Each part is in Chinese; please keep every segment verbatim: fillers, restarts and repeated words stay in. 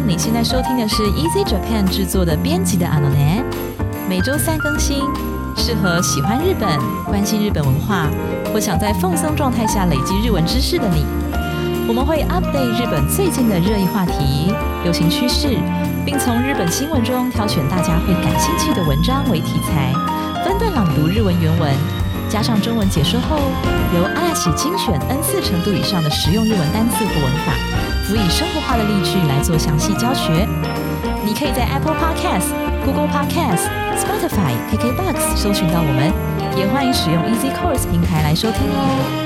你现在收听的是 Easy Japan 制作的编辑的 Anone， 每周三更新，适合喜欢日本、关心日本文化或想在放松状态下累积日文知识的你。我们会 update 日本最近的热议话题、流行趋势，并从日本新闻中挑选大家会感兴趣的文章为题材，分段朗读日文原文，加上中文解说后，由阿拉喜精选 N 四 程度以上的实用日文单字或文法，辅以生活化的例句来做详细教学。你可以在 Apple Podcast、Google Podcast、Spotify、K K B O X 搜寻到我们，也欢迎使用 Easy Course 平台来收听哦。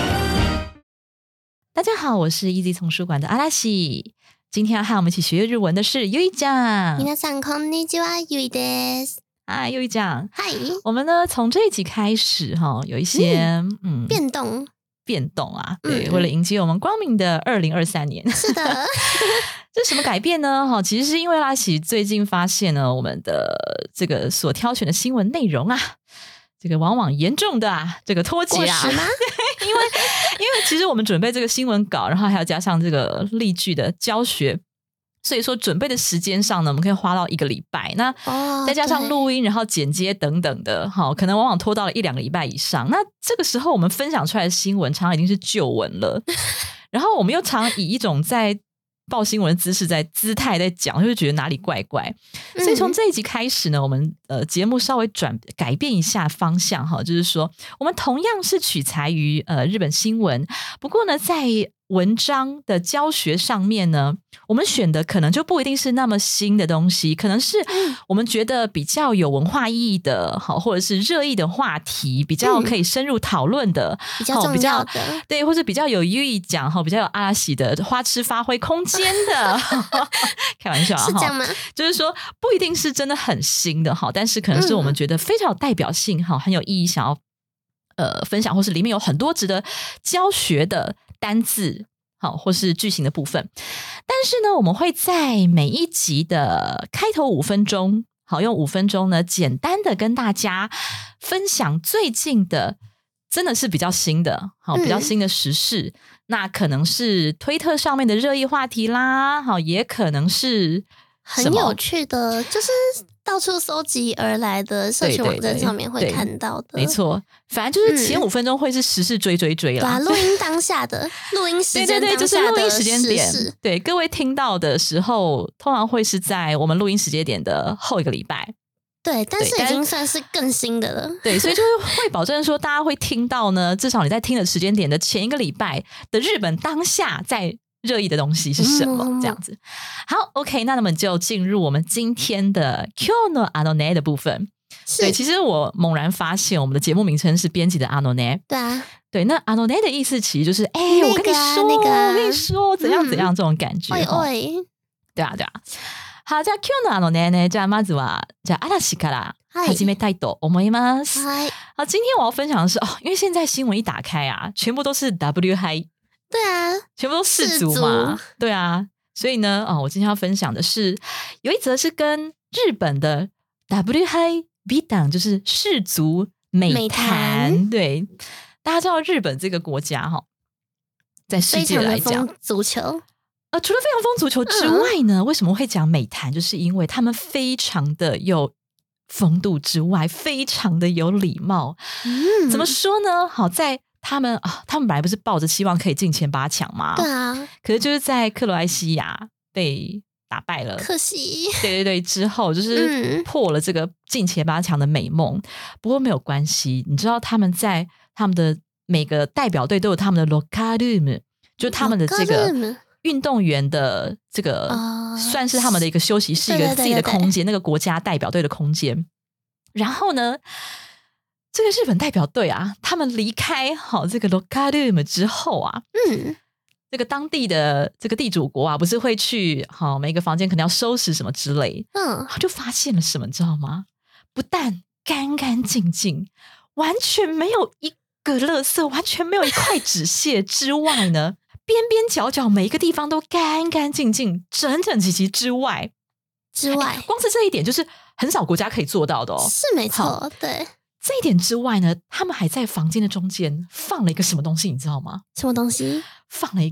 大家好，我是 Easy 丛书馆的阿拉喜。今天要和我们一起学日文的是ゆいちゃん。 皆さんこんにちは、ゆいです。 嗨，ゆいちゃん。 嗨， 我们呢从这一集开始哈，有一些嗯嗯变动变动啊，对， 嗯为了迎接我们光明的二零二三年。 是的。 这什么改变呢？哈，其实是因为拉喜最近发现呢，我们的这个所挑选的新闻内容啊，这个往往严重的啊，这个脱节啊。 过时吗？ 因为因为其实我们准备这个新闻稿，然后还要加上这个例句的教学，所以说准备的时间上呢，我们可以花到一个礼拜。那再加上录音，然后剪接等等的，好，可能往往拖到了一两个礼拜以上。那这个时候我们分享出来的新闻，常常已经是旧闻了。然后我们又常以一种在报新闻的姿势在姿态在讲，就会觉得哪里怪怪。所以从这一集开始呢，我们呃节目稍微转改变一下方向哈，就是说我们同样是取材于呃日本新闻，不过呢在文章的教学上面呢，我们选的可能就不一定是那么新的东西，可能是我们觉得比较有文化意义的，好，或者是热议的话题，比较可以深入讨论的， 嗯、比较重要的， 对，或者比较有寓意讲，比较有阿拉喜的花痴发挥空间的，开玩笑啊， 是这样吗？ 就是说不一定是真的很新的，但是可能是我们觉得非常有代表性，很有意义，想要呃分享，或是里面有很多值得教学的单字，好，或是句型的部分。但是呢，我们会在每一集的开头五分钟，好，用五分钟呢，简单的跟大家分享最近的，真的是比较新的，好，比较新的时事。嗯、那可能是推特上面的热议话题啦，好，也可能是很有趣的，就是到处搜集而来的社群网站上面会看到的。 没错，反正就是前五分钟会是时事追追追啦， 对啊，录音当下的录音时间， 对对对，就是录音时间点。对，各位听到的时候，通常会是在我们录音时间点的后一个礼拜。 对，但是已经算是更新的了。 对，所以就是会保证说，大家会听到呢，至少你在听的时间点的前一个礼拜的日本当下在热议的东西是什么？嗯、这样子。好 ，OK， 那那么就进入我们今天的 Kyo no Anone 的部分。对，其实我猛然发现，我们的节目名称是编辑的 Anone。 对啊， 对，那 Anone 的意思其实就是，哎、欸，我跟你说，那个、我跟你说，怎样怎样、嗯、这种感觉。 喂喂， 对啊，对啊。好，じゃあ今日のAnoneね、じゃあまずはじゃあ嵐から始めたいと思います。好，今天我要分享的是哦，因为现在新闻一打开啊，全部都是 W Hi。 对啊， 全部都世足嘛，对啊，所以呢，哦，我今天要分享的是有一则是跟日本的 W Hi B 档，就是世足美坛，对，大家知道日本这个国家哈、哦，在世界来讲， 足球， 呃，除了非常疯足球之外呢，嗯、为什么会讲美坛？就是因为他们非常的有风度之外，非常的有礼貌。嗯，怎么说呢？好在。他们啊，他们本来不是抱着希望可以进前八强吗？ 对啊， 可是就是在克罗埃西亚被打败了， 可惜。 对对对，之後就是破了这个进前八强的美梦。嗯、不过没有关系，你知道他们在他们的每个代表队都有他们的 locker room， 就他们的这个运动员的这个、uh, 算是他们的一个休息室，一个自己的空间，那个国家代表队的空间。然后呢？这个日本代表队啊，他们离开好这个 locker room 之后啊，嗯，这个当地的这个地主国啊，不是会去好每个房间可能要收拾什么之类，嗯，就发现了什么，你知道吗？不但干干净净，完全没有一个垃圾，完全没有一块纸屑之外呢，边边角角每一个地方都干干净净、整整齐齐之外， 之外， 欸、光是这一点就是很少国家可以做到的哦， 是没错，对。 这一点之外呢，他们还在房间的中间放了一个什么东西，你知道吗？ 什么东西？ 放了一个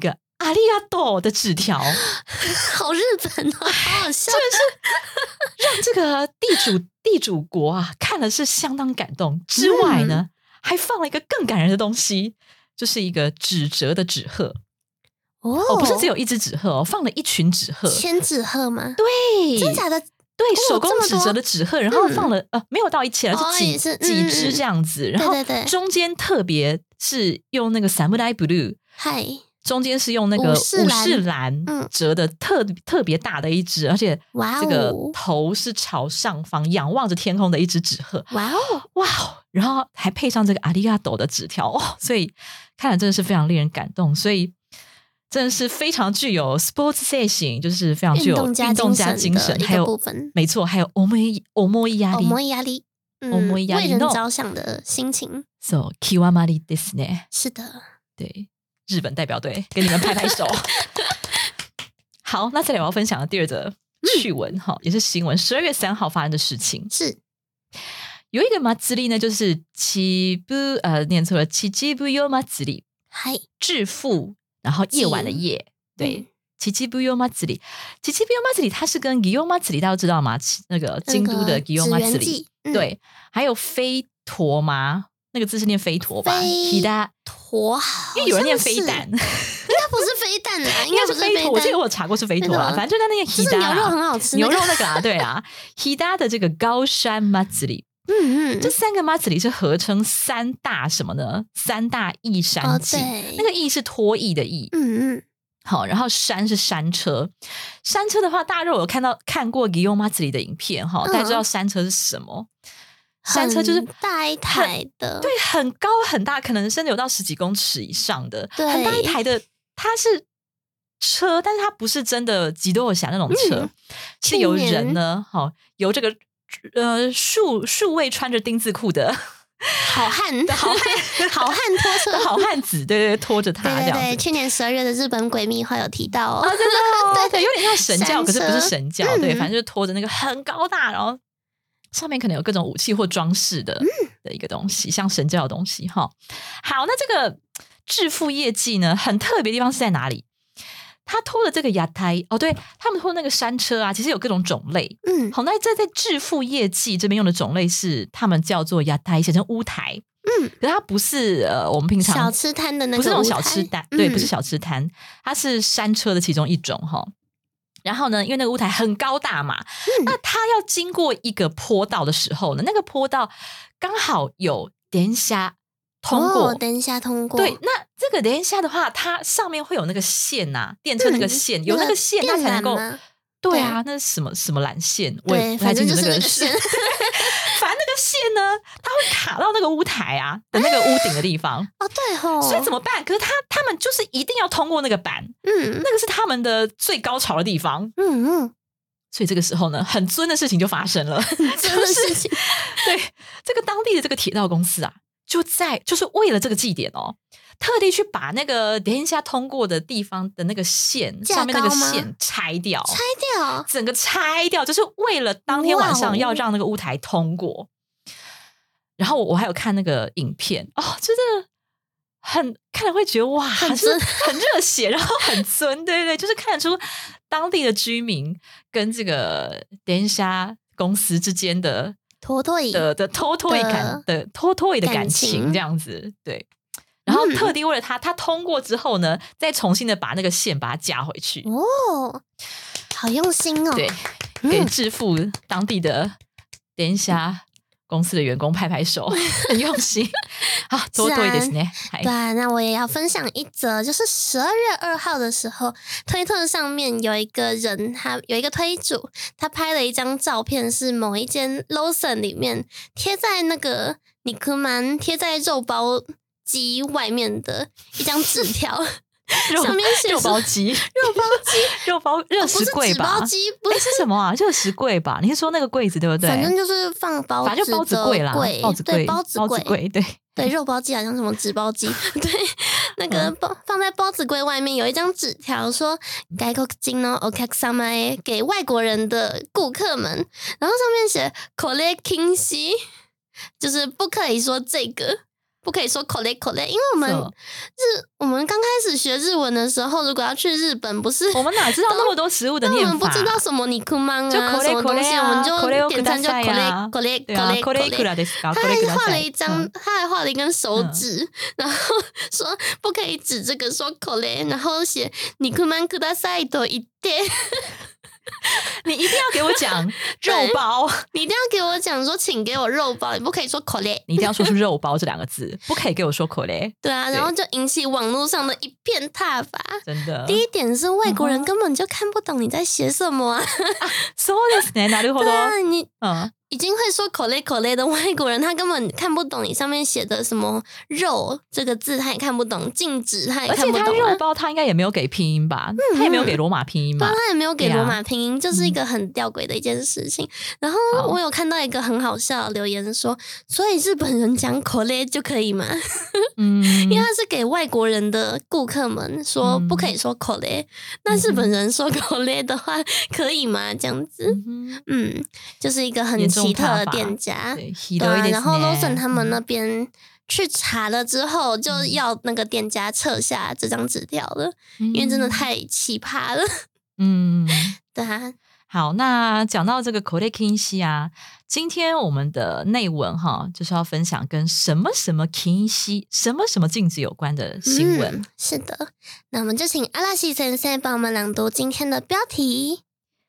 阿里嘎多的纸条， 好日本哦，好好笑， 真的是让这个地主地主国啊看的是相当感动。之外呢，嗯、还放了一个更感人的东西，就是一个纸折的纸鹤。哦, 哦，不是只有一只纸鹤哦，放了一群纸鹤， 千纸鹤吗？ 对， 真假的？ 对，手工纸折的纸鹤，然后放了、嗯、呃，没有到一千， 哦、 是几、 是几只这样子， 嗯、 然后对对对中间特别是用那个 Samurai Blue， 嗨， 中间是用那个武士蓝折的特、嗯、特别大的一只，而且这个头是朝上方仰望着天空的一只纸鹤， 哇哦哇哦，然后还配上这个阿里嘎多的纸条哦，所以看了真的是非常令人感动，所以。真的是非常具有 sports 精神，就是非常具有运动加精神，还有部分没错，还有思い思いやり， 思いやり， 思いやり为人着想的心情。 そう、極まりですね。 是的， 对，日本代表队，给你们拍拍手。好，那这里我要分享的第二则趣闻哈、嗯，也是新闻，十二月三号发生的事情是。 有一个祭り呢，就是七部呃，念错了，七七部有祭り， 嗨， 致富。然后夜晚的夜，对，七七不幽马子里，七七不幽马子里，它是跟祇園祭り，大家都知道吗？那个京都的祇園祭り， 嗯、 对，还有飞陀吗？那个字是念飞陀吧？ 飞陀， 因为有人念飞弹， 应该不是飞弹啊， 应该是飞陀。我记得我有查过是飞陀啊，反正就在那个 Hida， 牛肉很好吃， 牛肉那个啊，对啊 ，Hida 的这个高山祭り。 嗯嗯， 这三个祭り是合称三大什么呢？三大义山祭、 哦， 那个义是脱义的义， 嗯嗯， 好，然后山是山车，山车的话，大家如果有看到看过祇園祭り的影片哈、嗯，大家知道山车是什么？山车就是大一台的， 对，很高很大，可能甚至有到十几公尺以上的， 对， 很大一台的，它是车，但是它不是真的吉多侠那种车，嗯、是由人呢，好由这个。呃，数数位穿着丁字裤的好汉， 好汉， 好汉拖车， 好汉子，对对对，拖着他这样子。 对对对，去年十二月的日本鬼秘话有提到哦， 哦真的、哦， 对对，有点像神教，可是不是神教， 嗯、 对，反正就是拖着那个很高大，然后上面可能有各种武器或装饰的、嗯、的一个东西，像神教的东西哈。好，那这个致富业绩呢，很特别的地方是在哪里？他拖的这个亚台哦，对他们拖那个山车啊，其实有各种种类。 嗯， 好，那这在致富业绩这边用的种类是他们叫做亚台，写成屋台。 嗯， 可是它不是呃我们平常小吃摊的那个， 不是那种小吃摊， 嗯、 对，不是小吃摊，它是山车的其中一种哈。然后呢，因为那个屋台很高大嘛，嗯、那它要经过一个坡道的时候呢，那个坡道刚好有電車通过， 哦、電車通过。 对，那这个電車的话，它上面会有那个线呐、啊，电车那个线，嗯、有那个线，它才能够。对啊，那是什么什么缆线？我也不太清楚那个线。反正那个线呢，它会卡到那个屋台啊的那个屋顶的地方。 哦，对哦。 所以怎么办？可是他他们就是一定要通过那个板， 嗯， 那个是他们的最高潮的地方。 嗯嗯。 所以这个时候呢，很尊的事情就发生了。 很尊的事情。 对，这个当地的这个铁道公司啊，就在就是为了这个祭典哦。特地去把那个等一下通过的地方的那个线上面那个线拆掉， 拆掉， 整个拆掉，就是为了当天晚上要让那个屋台通过。然后我还有看那个影片哦，真的很看了会觉得哇， 很尊， 很热血，然后很尊，对对对，就是看得出当地的居民跟这个等一下公司之间的拖拖的的拖拖感的拖拖的感情这样子，对。然后特地为了他，他通过之后呢，再重新的把那个线把它加回去。 哦，好用心哦！ 对，给致富当地的電車公司的员工拍拍手，很用心。好，多多一点呢。 对啊，那我也要分享一则，就是十二月二号的时候，推特上面有一个人，他有一个推主，他拍了一张照片，是某一间 Lawson 里面贴在那个尼克曼贴在肉包机外面的一张纸条，上面写肉包机、 肉包机、 肉包热食柜吧？ 哦、不是纸包机，不是、 欸、是什么啊？热食柜吧？你是说那个柜子对不对？ 反正就是放包子， 反正就包子柜啦，包子柜， 包子柜， 柜，对对，肉包机好像什么纸包机，对，那个包、嗯、放在包子柜外面有一张纸条说“外国人のお客様へ”，给外国人的顾客们，然后上面写“これ禁止”，就是不可以说这个。 不可以说口雷口雷，因为我们日我们刚开始学日文的时候，如果要去日本，不是我们哪知道那么多食物的念法？ 我们不知道什么尼库曼啊， 就口雷口雷啊， 我们就点餐就口雷啊， 口雷口雷口雷口雷。他还画了一张， 嗯、 他还画了一根手指，嗯、然后说不可以指这个说口雷，然后写尼库曼くださいと言って。 你一定要给我讲肉包， 你一定要给我讲说，请给我肉包，你不可以说口雷， 你一定要说出肉包这两个字，不可以给我说口雷。 对啊，然后就引起网络上的一片挞伐。 真的， 第一点是外国人根本就看不懂你在写什么啊。 そうですね、なるほど。 对啊，你嗯。 已经会说口雷口雷的外国人，他根本看不懂你上面写的什么肉这个字，他也看不懂，禁止他也看不懂、啊。 而且他肉包他应该也没有给拼音吧？嗯、他也没有给罗马拼音吧？ 对，他也没有给罗马拼音，就是一个很吊诡的一件事情。然后我有看到一个很好笑的留言说，所以日本人讲口雷就可以吗？嗯，因为他是给外国人的顾客们说不可以说口雷、嗯，那日本人说口雷的话可以吗？这样子，嗯，嗯就是一个很奇特的店家， 对， 对啊，然后 Lawson 他们那边去查了之后，就要那个店家撤下这张纸条了、嗯，因为真的太奇葩了。嗯，对啊。 好，那讲到这个口雷禁止啊，今天我们的内文哈，就是要分享跟什么什么禁止、什么什么禁止有关的新闻、 嗯。是的，那我们就请阿拉西先生帮我们朗读今天的标题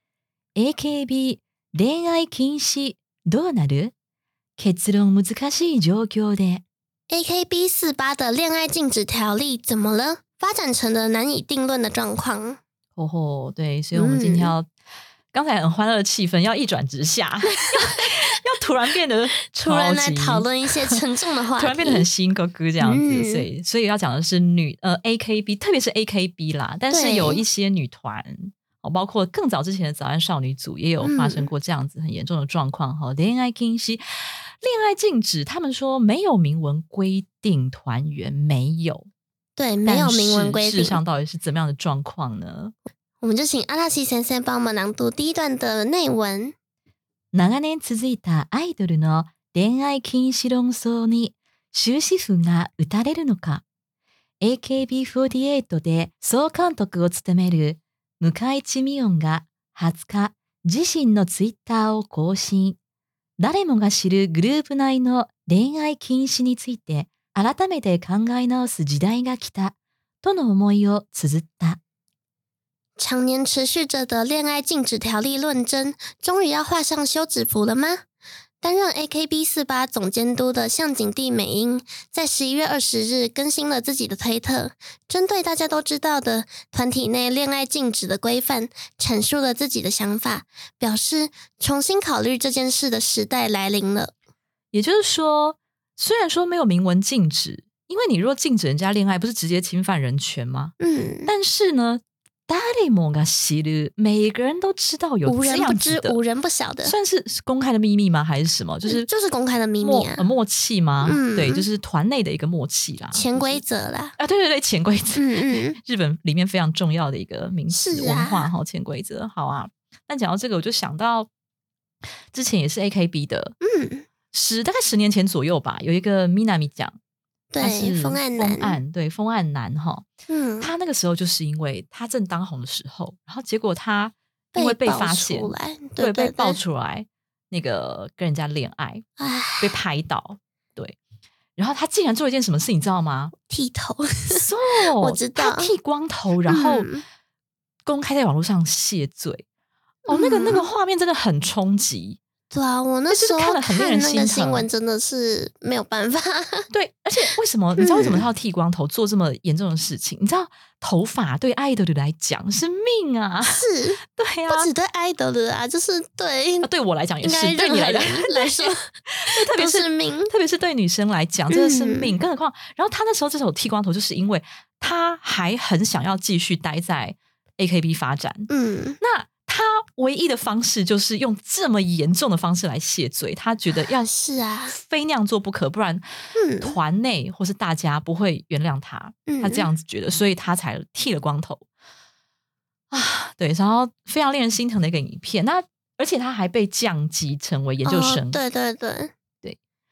：A K B 恋愛禁止どうなる？結論難しい状況で A K B 四十八 的恋爱禁止条例怎么了？发展成了难以定论的状况。 哦吼，对，所以我们今天要、嗯、刚才很欢乐的气氛要一转直下，要, 要突然变得突然来讨论一些沉重的话题， 突然变得很新哥哥这样子，嗯、所以所以要讲的是女呃 A K B， 特别是 A K B 啦，但是有一些女团。包括更早之前的早安少女组也有发生过这样子很严重的状况哈。恋愛禁止，恋爱禁止，他们说没有明文规定团员没有， 对，没有明文规定。 事实上到底是怎么样的状况呢？ 我们就请阿拉西先生帮我们朗读第一段的内文。 長年続いたアイドルの恋愛禁止論争に終止符が打たれるのか。エーケービーフォーティーエイト で総監督を務める向井地美音がはつか自身のツイッターを更新。誰もが知るグループ内の恋愛禁止について改めて考え直す時代が来たとの思いを綴った。 常年持续着的恋爱禁止条例论争，终于要画上休止符了吗？担任 A K B 四十八 总监督的向井地美音在十一月二十日更新了自己的推特，针对大家都知道的团体内恋爱禁止的规范，阐述了自己的想法，表示重新考虑这件事的时代来临了。 也就是说，虽然说没有明文禁止，因为你若禁止人家恋爱，不是直接侵犯人权吗？嗯，但是呢，誰もが知る，每个人都知道有这样子的， 无人不知，无人不晓得， 算是公开的秘密吗？还是什么？就是、 嗯、就是公开的秘密啊， 默, 默契吗？嗯，对，就是团内的一个默契啦， 潜规则啦。 啊，对对对，潜规则， 嗯嗯， 日本里面非常重要的一个名词、啊、文化哈，潜规则。好啊，那讲到这个，我就想到之前也是 A K B 的，嗯，十大概十年前左右吧，有一个 Minami 奖。 对，风岸男， 风岸对风岸男哈，嗯，他那个时候就是因为他正当红的时候，然后结果他因为被发现， 对， 对，被爆出来那个跟人家恋爱，被拍到，对，然后他竟然做一件什么事，你知道吗？ 剃头 ，so, 我知道， 他剃光头，然后公开在网络上谢罪，嗯、哦，那个那个画面真的很冲击。 对啊，我那时候看那个新闻真的是没有办法。 对，而且为什么你知道为什么他要剃光头做这么严重的事情？你知道头发对爱豆来讲是命啊， 是， 对啊， 不止对爱豆的啊，就是对、 啊、对我来讲也是，对你来讲来说， 特别是命， 特别是对女生来讲真的是命。嗯、更何况，然后他那时候这首剃光头，就是因为他还很想要继续待在 A K B 发展。嗯，那。他唯一的方式就是用这么严重的方式来谢罪，他觉得要是啊， 非那样做不可，不然团内或是大家不会原谅他。嗯、他这样子觉得，所以他才剃了光头啊。对，然后非常令人心疼的一个影片。那而且他还被降级成为研究生。 哦、对对对对，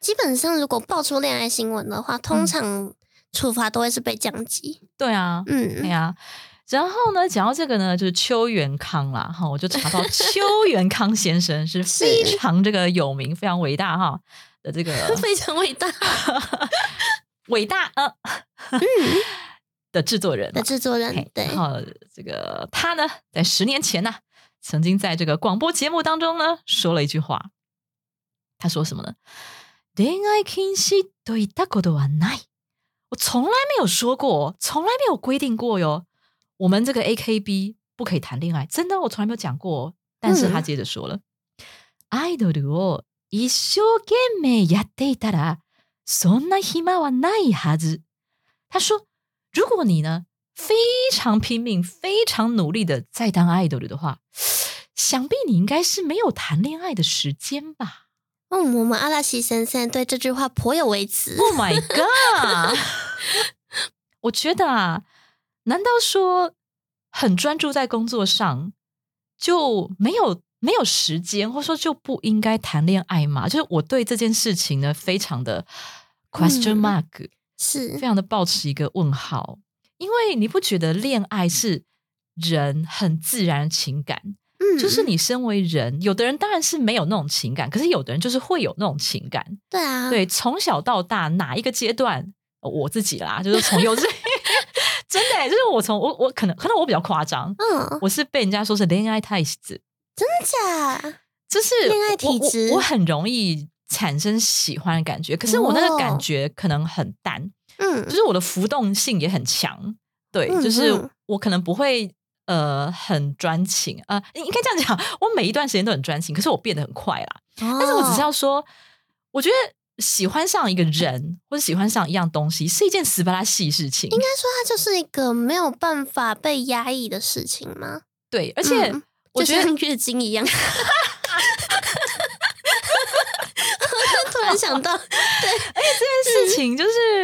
基本上如果爆出恋爱新闻的话，通常处罚都会是被降级。 嗯、对啊，嗯，对啊。然后呢，讲到这个呢，就是邱元康啦，哈，我就查到邱元康先生是非常这个有名、非常伟大哈的这个非常伟大、 伟大呃、嗯、的制作人的制作人。对， 然后这个他呢，在十年前呢、啊，曾经在这个广播节目当中呢，说了一句话，他说什么呢？恋愛禁止と言ったことはない。我从来没有说过，从来没有规定过哟。我们这个 A K B 不可以谈恋爱，真的我从来没有讲过。但是他接着说了，アイドルを一生懸命やっていたら、そんな暇はないはず。他说，如果你呢非常拼命、非常努力的在当 idol 的话，想必你应该是没有谈恋爱的时间吧。 嗯，我们阿拉西先生对这句话颇有微词。 Oh my god！ 我觉得啊。难道说很专注在工作上就没有没有时间，或者说就不应该谈恋爱吗？就是我对这件事情呢，非常的 question mark，、嗯、 是非常的抱持一个问号。因为你不觉得恋爱是人很自然的情感？嗯，就是你身为人，有的人当然是没有那种情感，可是有的人就是会有那种情感。 对啊， 对，从小到大哪一个阶段，我自己啦，就是从幼稚园。真的、欸，就是我从我我可能可能我比较夸张，嗯，我是被人家说是恋爱体质， 真的假？ 就是恋爱体质， 我, 我, 我很容易产生喜欢的感觉，可是我那个感觉可能很淡，嗯、哦，就是我的浮动性也很强，对，嗯、就是我可能不会呃很专情，呃，应该这样讲，我每一段时间都很专情，可是我变得很快啦，哦、但是我只是要说，我觉得。喜欢上一个人或者喜欢上一样东西是一件死巴拉细事情， 应该说它就是一个没有办法被压抑的事情吗？ 对，而且、嗯、我觉得就像月经一样突然想到，对， 而且这件事情就是、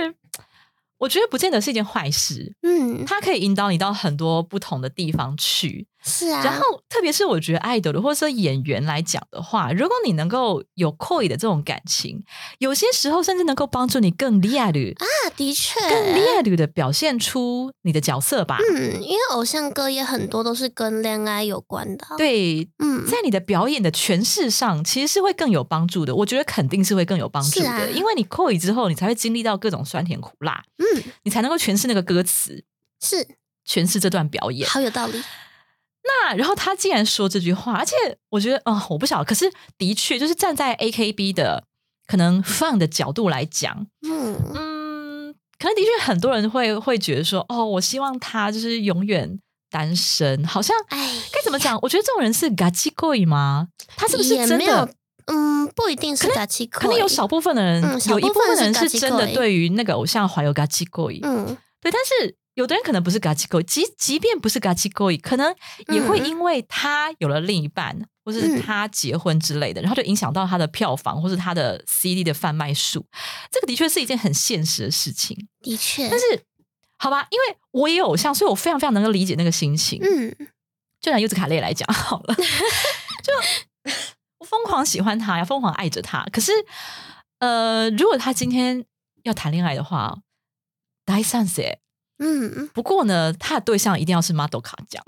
嗯、我觉得不见得是一件坏事，嗯，它可以引导你到很多不同的地方去。 是啊， 然后特别是我觉得爱豆的或者说演员来讲的话，如果你能够有恋的这种感情，有些时候甚至能够帮助你更リアル啊，的确更リアル的表现出你的角色吧。 嗯，因为偶像歌也很多都是跟恋爱有关的。 对，嗯，在你的表演的诠释上其实是会更有帮助的，我觉得肯定是会更有帮助的、啊、因为你恋之后你才会经历到各种酸甜苦辣，嗯，你才能够诠释那个歌词， 是诠释这段表演， 好有道理。 那然后他既然说这句话，而且我觉得啊、哦，我不晓得，可是的确就是站在 A K B 的可能 fan 的角度来讲，嗯嗯，可能的确很多人会会觉得说，哦，我希望他就是永远单身，好像该怎么讲？我觉得这种人是ガチ恋吗？他是不是真的？ 嗯，不一定是ガチ恋， 可能有少部分的人，嗯、有一部分人是真的对于那个偶像怀有ガチ恋，嗯，对，但是。有的人可能不是ガチ恋，即即便不是ガチ恋，可能也会因为他有了另一半，嗯、或是他结婚之类的，然后就影响到他的票房，或是他的 C D 的贩卖数。这个的确是一件很现实的事情， 的确。 但是，好吧，因为我也有偶像，所以我非常非常能够理解那个心情。嗯，就拿柚子卡蕾来讲好了，就我疯狂喜欢他呀，疯狂爱着他。可是，呃，如果他今天要谈恋爱的话，大賛成。嗯，不过呢，他的对象一定要是马斗卡酱。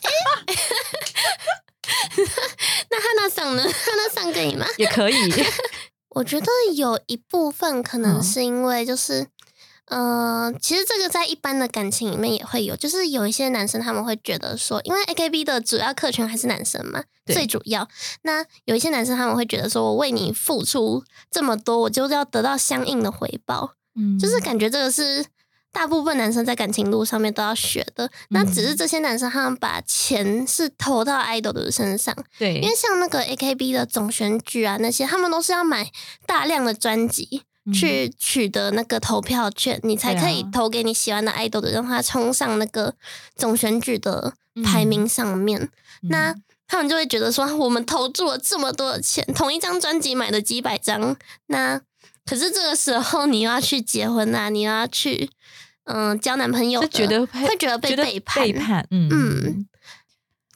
那哈娜桑呢？哈娜桑可以吗？ 也可以。 我觉得有一部分可能是因为就是，嗯、呃，其实这个在一般的感情里面也会有，就是有一些男生他们会觉得说，因为 A K B 的主要客群还是男生嘛，最主要。那有一些男生他们会觉得说，我为你付出这么多，我就是要得到相应的回报。嗯，就是感觉这个是。大部分男生在感情路上面都要学的，嗯、那只是这些男生他们把钱是投到 idol 的身上， 对， 因为像那个 A K B 的总选举啊，那些他们都是要买大量的专辑、嗯、去取得那个投票权，你才可以投给你喜欢的 idol 的，让他冲上那个总选举的排名上面。嗯、那他们就会觉得说，我们投注了这么多的钱，同一张专辑买了几百张，那可是这个时候你又要去结婚啊，你又要去。嗯，交男朋友就觉得会觉得被背叛， 背叛，嗯，嗯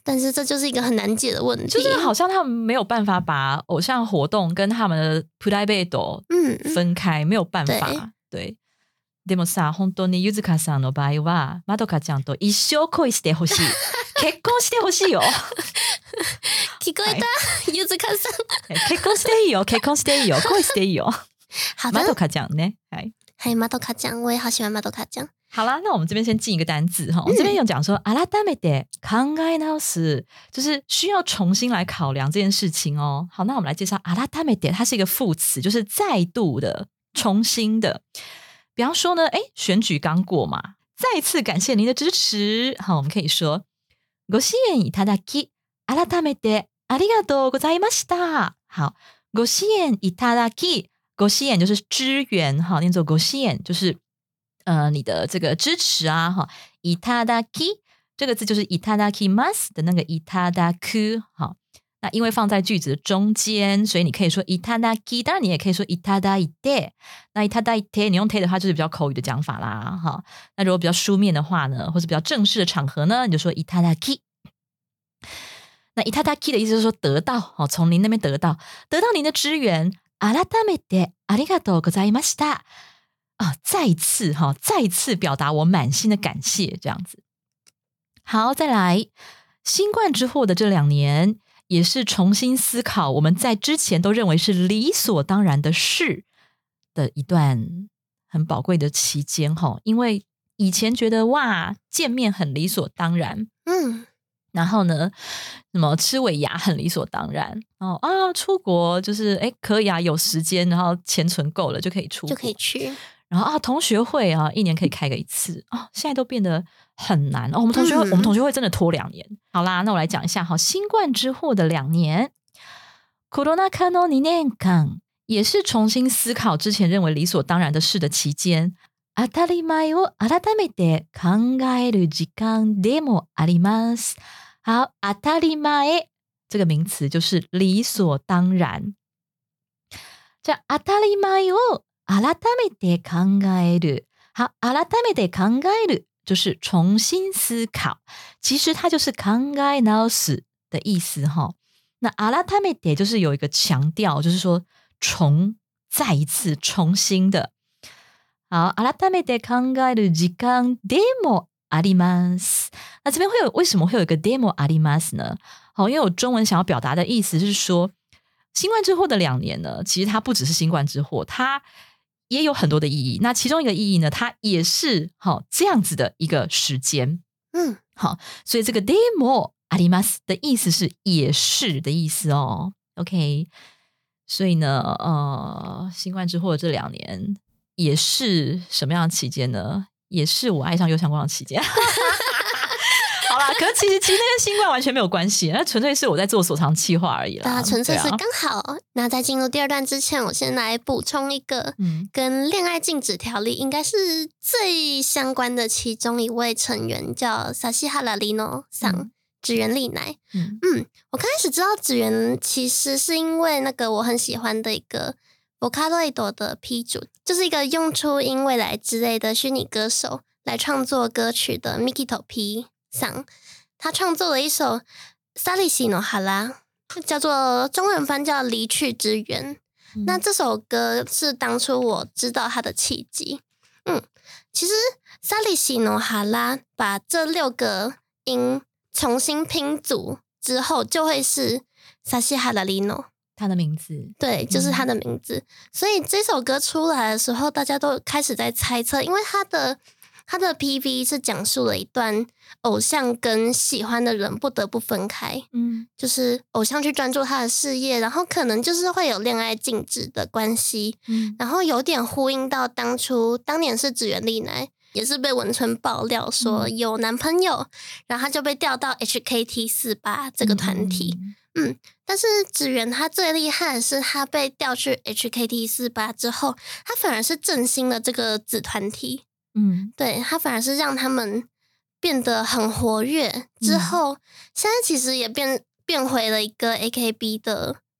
但是这就是一个很难解的问题， 就是好像他们没有办法把偶像活动跟他们的プライベート分開、嗯、没有办法。对。でもさ、本当にゆずかさんの場合は、まどかちゃんと一生恋してほしい。結婚してほしいよ。 聞こえた、はい、ゆずかさん。 結婚していいよ、結婚していいよ、恋していいよ。 好的。 まどかちゃんね。はい。 はい、まどかちゃん，我也好喜欢まどかちゃん。 好啦，那我们这边先进一个单字哈。我们这边有讲说，改めて考え直す，就是需要重新来考量这件事情哦。好，那我们来介绍改めて，它是一个副词，就是再度的、重新的。比方说呢，哎，选举刚过嘛，再次感谢您的支持。好，我们可以说ご支援いただき改めてありがとうございました。好，ご支援いただき，ご支援就是支援，好，念作ご支援就是呃你的这个支持啊，哈，いただき这个字就是いただきます的那个いただく，好。那因为放在句子的中间，所以你可以说いただき，当然你也可以说いただいて。那いただいて，你用て的话就是比较口语的讲法啦，哈。那如果比较书面的话呢，或是比较正式的场合呢，你就说いただき。那いただき的意思就是说得到，哦，从您那边得到，得到您的支援。改めてありがとうございました。啊，再次哈，再次表达我满心的感谢，这样子。好，再来，新冠之后的这两年。也是重新思考我们在之前都认为是理所当然的事的一段很宝贵的期间齁，因为以前觉得哇见面很理所当然，嗯，然后呢什么吃尾牙很理所当然，然后啊出国就是哎可以啊有时间，然后钱存够了就可以出国就可以去， 然后啊同学会啊一年可以开个一次啊，现在都变得很难哦。我们同学会、嗯、我们同学会真的拖两年。好啦，那我来讲一下哈，新冠之后的两年，コロナ禍の二年間也是重新思考之前认为理所当然的事的期间。当たり前を改めて考える時間でもあります。好，当たり前这个名词就是理所当然。じゃあ当たり前を改めて考える。好，改めて考える就是重新思考，其实它就是考え直す的意思哈。那改めて就是有一个强调，就是说重再一次重新的。好，改めて考える時間でもあります。那这边会有为什么会有一个でもあります呢？好，因为我中文想要表达的意思是说，新冠之后的两年呢，其实它不只是新冠之后，它也有很多的意义。那其中一个意义呢，它也是好这样子的一个时间，嗯，好，所以这个でもあります的意思是也是的意思哦。OK， 所以呢，呃，新冠之后的这两年也是什么样的期间呢？也是我爱上右相光的期间。好啦，可是其实其实那跟新冠完全没有关系，那纯粹是我在做所长企划而已啦。 对啊，纯粹是刚好、啊。那在进入第二段之前，我先来补充一个，嗯，跟恋爱禁止条例应该是最相关的其中一位成员，叫萨西哈拉利诺桑指原莉乃。嗯嗯，我刚开始知道指原其实是因为那个我很喜欢的一个 Vocaloid 的 P 主，就是一个用初音未来之类的虚拟歌手来创作歌曲的 Mikito P。他创作了一首サリシの原，叫做中文翻叫离去之源、嗯、那这首歌是当初我知道他的契机。嗯，其实サリシの原把这六个音重新拼组之后就会是サシハラリノ， 他的名字， 对，就是他的名字、嗯、所以这首歌出来的时候大家都开始在猜测，因为他的他的 P V 是讲述了一段偶像跟喜欢的人不得不分开，嗯，就是偶像去专注他的事业，然后可能就是会有恋爱禁止的关系，嗯，然后有点呼应到当初当年是指原莉乃也是被文春爆料说有男朋友、嗯、然后他就被调到 H K T 四十八 这个团体，嗯, 嗯，但是指原他最厉害的是他被调去 H K T 四十八 之后，他反而是振兴了这个子团体，嗯，对，他反而是让他们变得很活跃之后、嗯、现在其实也变变回了一个 A K B 的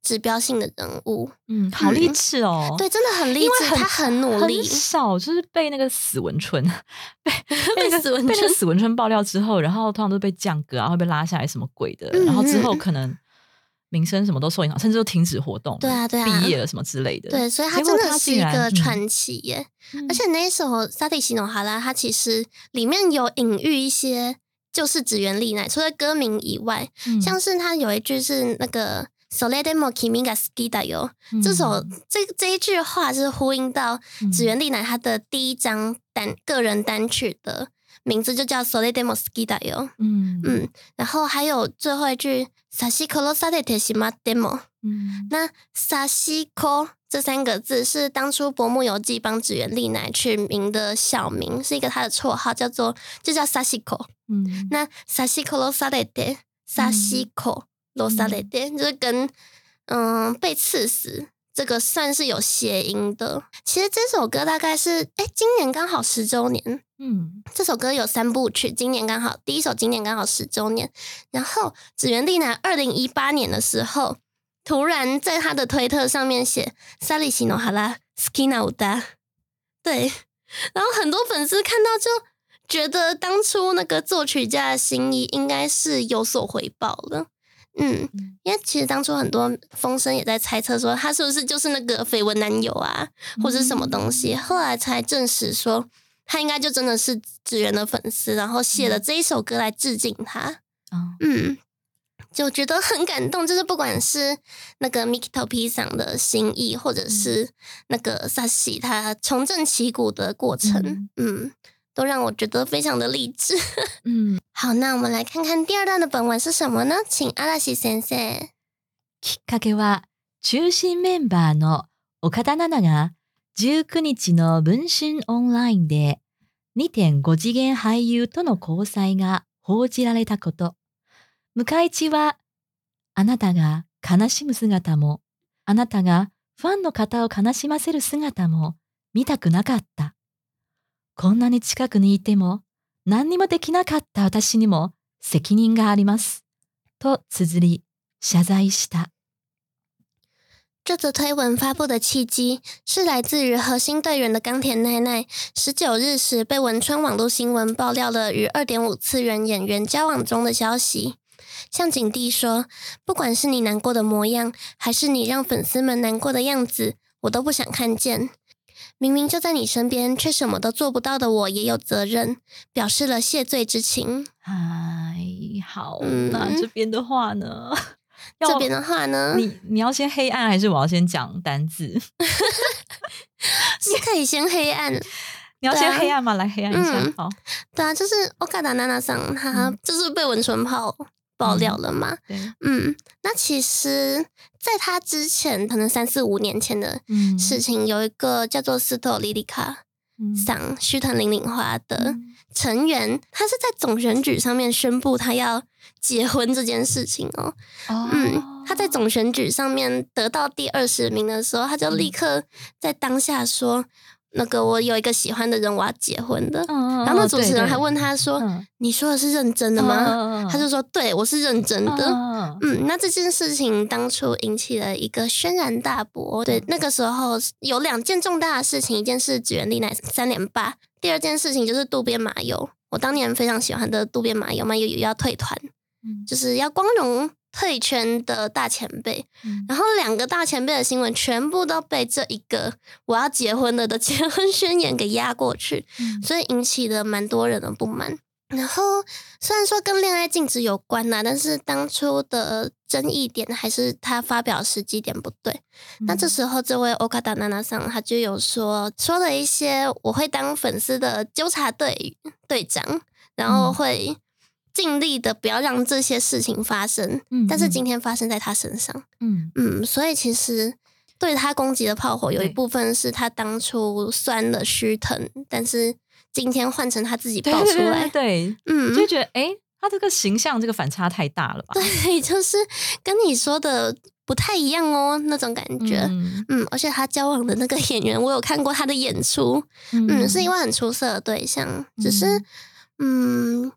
指标性的人物。 嗯，好励志哦、 嗯！对，真的很励志，他很努力。 很少就是被那个死文春被被死文春被那个死文春爆料之后，然后通常都被降格啊，会被拉下来什么鬼的， 嗯、 然后之后可能名声什么都受影响，甚至都停止活动， 对啊对啊， 毕业了什么之类的。 对，所以他真的是一个传奇耶。嗯、而且那一首《萨蒂西诺哈拉》，它其实里面有隐喻一些就是指原莉乃，除了歌名以外，嗯、像是他有一句是那个。それでも君が好きだよ，这首这这一句话是呼應到指原莉乃他的第一張单個人單曲的名字就叫それでも好きだよ。嗯嗯，然后还有最后一句差し殺されてしまっても，嗯，那差し殺这三个字是当初薄木游纪帮指原莉乃取名的小名，是一个他的绰号，叫做就叫差し殺。嗯，那差し殺されて差し殺罗萨雷德就是跟嗯被刺死这个算是有谐音的。其实这首歌大概是哎今年刚好十周年，嗯，这首歌有三部曲，今年刚好第一首今年刚好十周年。然后指原莉乃二零一八年的时候，突然在他的推特上面写萨利西诺哈拉斯基纳乌达，对，然后很多粉丝看到就觉得当初那个作曲家的心意应该是有所回报了。嗯，因为其实当初很多风声也在猜测说他是不是就是那个绯闻男友啊，或者是什么东西，后来才证实说他应该就真的是指原的粉丝，然后写了这一首歌来致敬他。嗯，就觉得很感动，就是不管是那个 Mikito P 桑的心意，或者是那个 Sashi 他重振旗鼓的过程，嗯。都让我觉得非常的励志。嗯，好，那我们来看看第二段的本文是什么呢？请阿拉西先生。 きっかけは中心メンバーの岡田奈々がじゅうくにちの文春オンラインで にてんご 次元俳優との交際が報じられたこと。向井地はあなたが悲しむ姿も、あなたがファンの方を悲しませる姿も見たくなかった。こんなに近くにいても何にもできなかった私にも責任があります。と綴り謝罪した。 这则推文发布的契机是来自于核心队员的冈田奈奈十九日时被文春网络新闻爆料了与 二点五 次元演员交往中的消息。向井地说，不管是你难过的模样，还是你让粉丝们难过的样子，我都不想看见。明明就在你身边却什么都做不到的我也有责任，表示了谢罪之情。 哎，好，嗯、那这边的话呢？ 这边的话呢？ 你你要先黑暗，还是我要先讲单字？ 是可以先黑暗。 你要先黑暗吗？来黑暗一下。嗯、好， 对啊，就是岡田奈々さん，他就是被文春炮爆料了嘛。嗯, 嗯，那其实在他之前，可能三四五年前的事情，嗯、有一个叫做斯托莉莉卡桑须藤玲玲花的成员，他是在总选举上面宣布他要结婚这件事情哦。哦嗯，他在总选举上面得到第二十名的时候，他就立刻在当下说。那个我有一个喜欢的人，我要结婚的。嗯、然后那主持人还问他说：“嗯、你说的是认真的吗？”嗯、他就说：“对，我是认真的。嗯”嗯，那这件事情当初引起了一个轩然大波。对，那个时候有两件重大的事情，一件是指原莉乃三连霸，第二件事情就是渡边麻友。我当年非常喜欢的渡边麻友，麻友也要退团，嗯、就是要光荣。退圈的大前辈，嗯、然后两个大前辈的新闻全部都被这一个我要结婚了的结婚宣言给压过去，嗯、所以引起了蛮多人的不满。然后虽然说跟恋爱禁止有关啦，但是当初的争议点还是他发表时机点不对。嗯、那这时候这位岡田奈々さん他就有说说了一些我会当粉丝的纠察队队长，然后会。嗯尽力的不要让这些事情发生，嗯、但是今天发生在他身上，嗯嗯，所以其实对他攻击的炮火有一部分是他当初酸了须藤，但是今天换成他自己爆出来， 对, 对, 对, 对嗯，就觉得哎，他这个形象这个反差太大了吧？ 对，就是跟你说的不太一样哦，那种感觉，嗯, 嗯，而且他交往的那个演员，我有看过他的演出，嗯, 嗯是一位很出色的对象，只是嗯。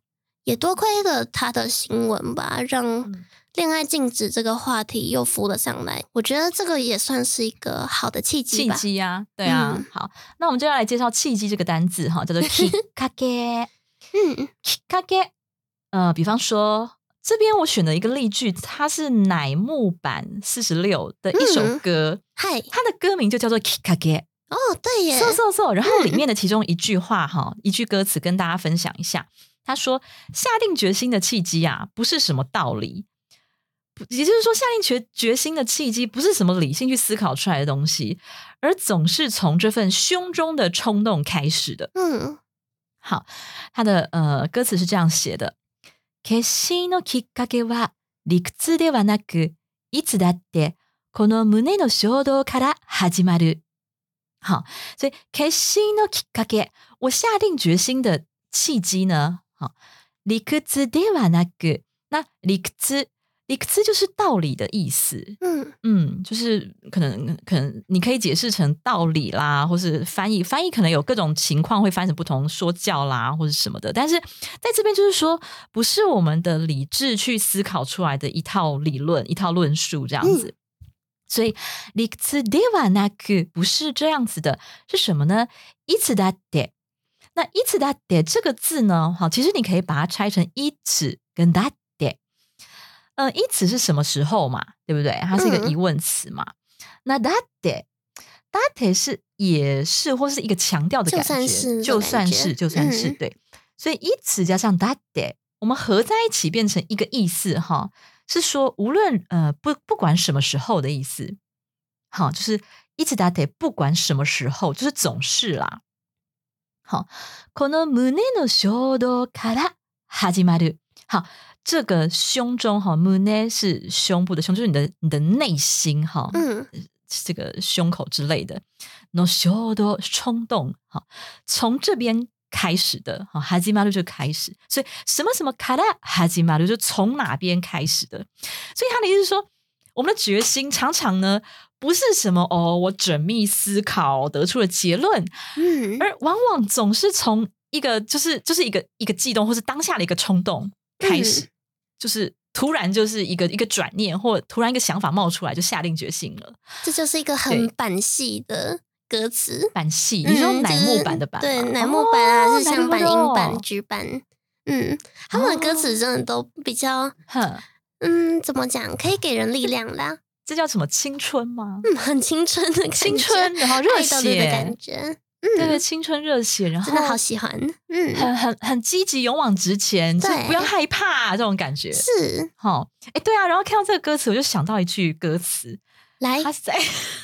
也多亏了他的新闻吧，让嗯恋爱禁止这个话题又浮了上来。我觉得这个也算是一个好的契机吧。 契机啊，对啊。 嗯、 好，那我们就要来介绍契机这个单字哈，叫做 kikake。 嗯 kikake， 呃，比方说这边我选的一个例句，它是乃木坂四十六的一首歌， 嗨、嗯， 它的歌名就叫做 kikake。 哦，对耶， 嗖嗖嗖，然后里面的其中一句话哈、嗯，一句歌词跟大家分享一下。他说：“下定决心的契机啊，不是什么道理，也就是说，下定决决心的契机不是什么理性去思考出来的东西，而总是从这份胸中的冲动开始的。” 嗯， 好，他的呃歌词是这样写的：“決心のきっかけは理屈ではなく、いつだってこの胸の衝動から始まる。”好，所以決心のきっかけ，我下定决心的契机呢？好，理屈ではなく，那理屈理屈就是道理的意思。 嗯嗯，就是可能可能你可以解释成道理啦，或是翻译翻译可能有各种情况会翻成不同，说教啦或者什么的。但是在这边就是说，不是我们的理智去思考出来的一套理论、一套论述这样子。嗯所以理屈ではなく不是这样子的，是什么呢？いつだって。那いつだって这个字呢，好，其实你可以把它拆成いつ跟だって。呃，いつ是什么时候嘛，对不对？它是一个疑问词嘛。嗯、那だってだって是也是或是一个强调的感觉， 就算是就算是就算是、嗯、对。所以いつ加上だって，我们合在一起变成一个意思哈。是说无论呃不不管什么时候的意思，好，就是いつだって不管什么时候，就是总是啦。好，この胸の衝動から始まる。好，这个胸中哈，胸是胸部的胸，就是你的你的内心哈， 嗯， 这个胸口之类的。の衝動衝動，好，从这边开始的，好，始まる就开始，所以什么什么から始まる就从哪边开始的，所以他的意思是说，我们的决心常常呢不是什么哦，我缜密思考得出了结论， 嗯， 而往往总是从一个就是就是一个一个悸动或是当下的一个冲动开始，嗯、就是突然就是一个一个转念，或突然一个想法冒出来，就下定决心了。 这就是一个很板系的歌词， 板系，你说乃木坂的版、 嗯就是、对，乃木坂啊， 哦、 日向版、英版、剧版，嗯，他们的歌词真的都比较， 哦、 嗯，怎么讲，可以给人力量啦。 这叫什么青春吗？ 嗯，很青春的感觉， 青春，然后热血的感觉，嗯， 对对，青春热血，然后真的好喜欢，嗯， 很很很积极，勇往直前，就不要害怕、啊、这种感觉， 是， 好、哦，哎，对啊，然后看到这个歌词，我就想到一句歌词。 来， 他在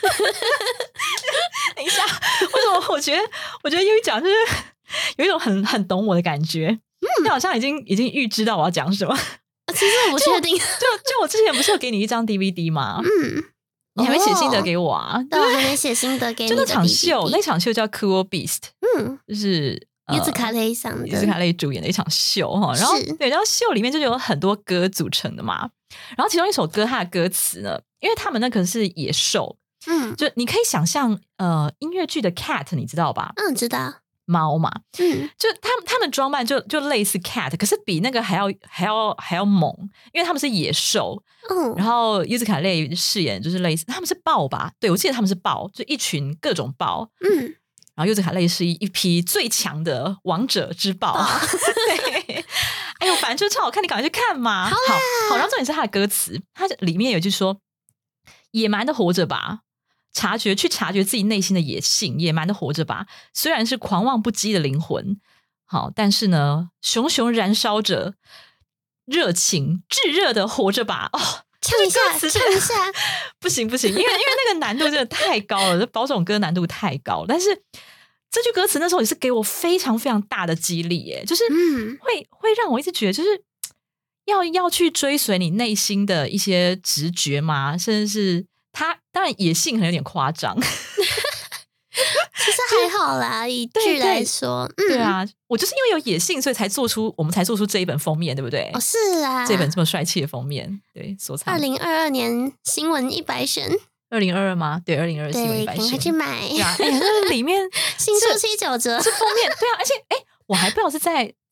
等一下，为什么我觉得我觉得悠悠讲就是有一种很很懂我的感觉，嗯，你好像已经已经预知到我要讲什么。 其实我不确定， 就就我之前不是有给你一张 D V D 吗？ 嗯， 你还没写心得给我啊？ 对，我还没写心得给你的 D V D。 就那场秀，那场秀叫 Cool Beast， 嗯， 就是柚子卡雷上的柚子卡雷主演的一场秀哈。然后对，然后秀里面就有很多歌组成的嘛。然后其中一首歌，它的歌词呢，因为他们那可是野兽， 嗯， 就你可以想象，呃，音乐剧的 Cat 你知道吧？ 嗯，知道。 猫嘛， 嗯， 就他们他们装扮就就类似 Cat， 可是比那个还要还要还要猛，因为他们是野兽。 嗯， 然后柚子卡雷饰演就是类似，他们是豹吧？对，我记得他们是豹，就一群各种豹。 嗯， 然后柚子卡雷是一一匹最强的王者之豹。哦、对，哎呦，反正就超好看，你赶快去看嘛。 好好，好，然后重点是他的歌词，它里面有一句说：“野蛮的活着吧。”察觉去察觉自己内心的野性，野蛮的活着吧。虽然是狂妄不羁的灵魂，好，但是呢，熊熊燃烧着热情，炙热的活着吧。哦， 唱一下，唱一下， 不行不行，因为因为那个难度真的太高了，这保种歌难度太高。但是这句歌词那时候也是给我非常非常大的激励，耶，就是会、嗯、会让我一直觉得，就是要要去追随你内心的一些直觉嘛，甚至是。他当然野性可能有点夸张，其实还好啦。以剧来说， 对, 对, 嗯、对啊，我就是因为有野性，所以才做出我们才做出这一本封面，对不对？ 哦，是啊， 这本这么帅气的封面，对，所藏。 二零二二年新闻一百选， 二零二二吗？对，二零二二新闻一百选， 赶快去买。 对啊，哎呀，那里面新出七九折， 是封面，对啊，而且哎，我还不知道是在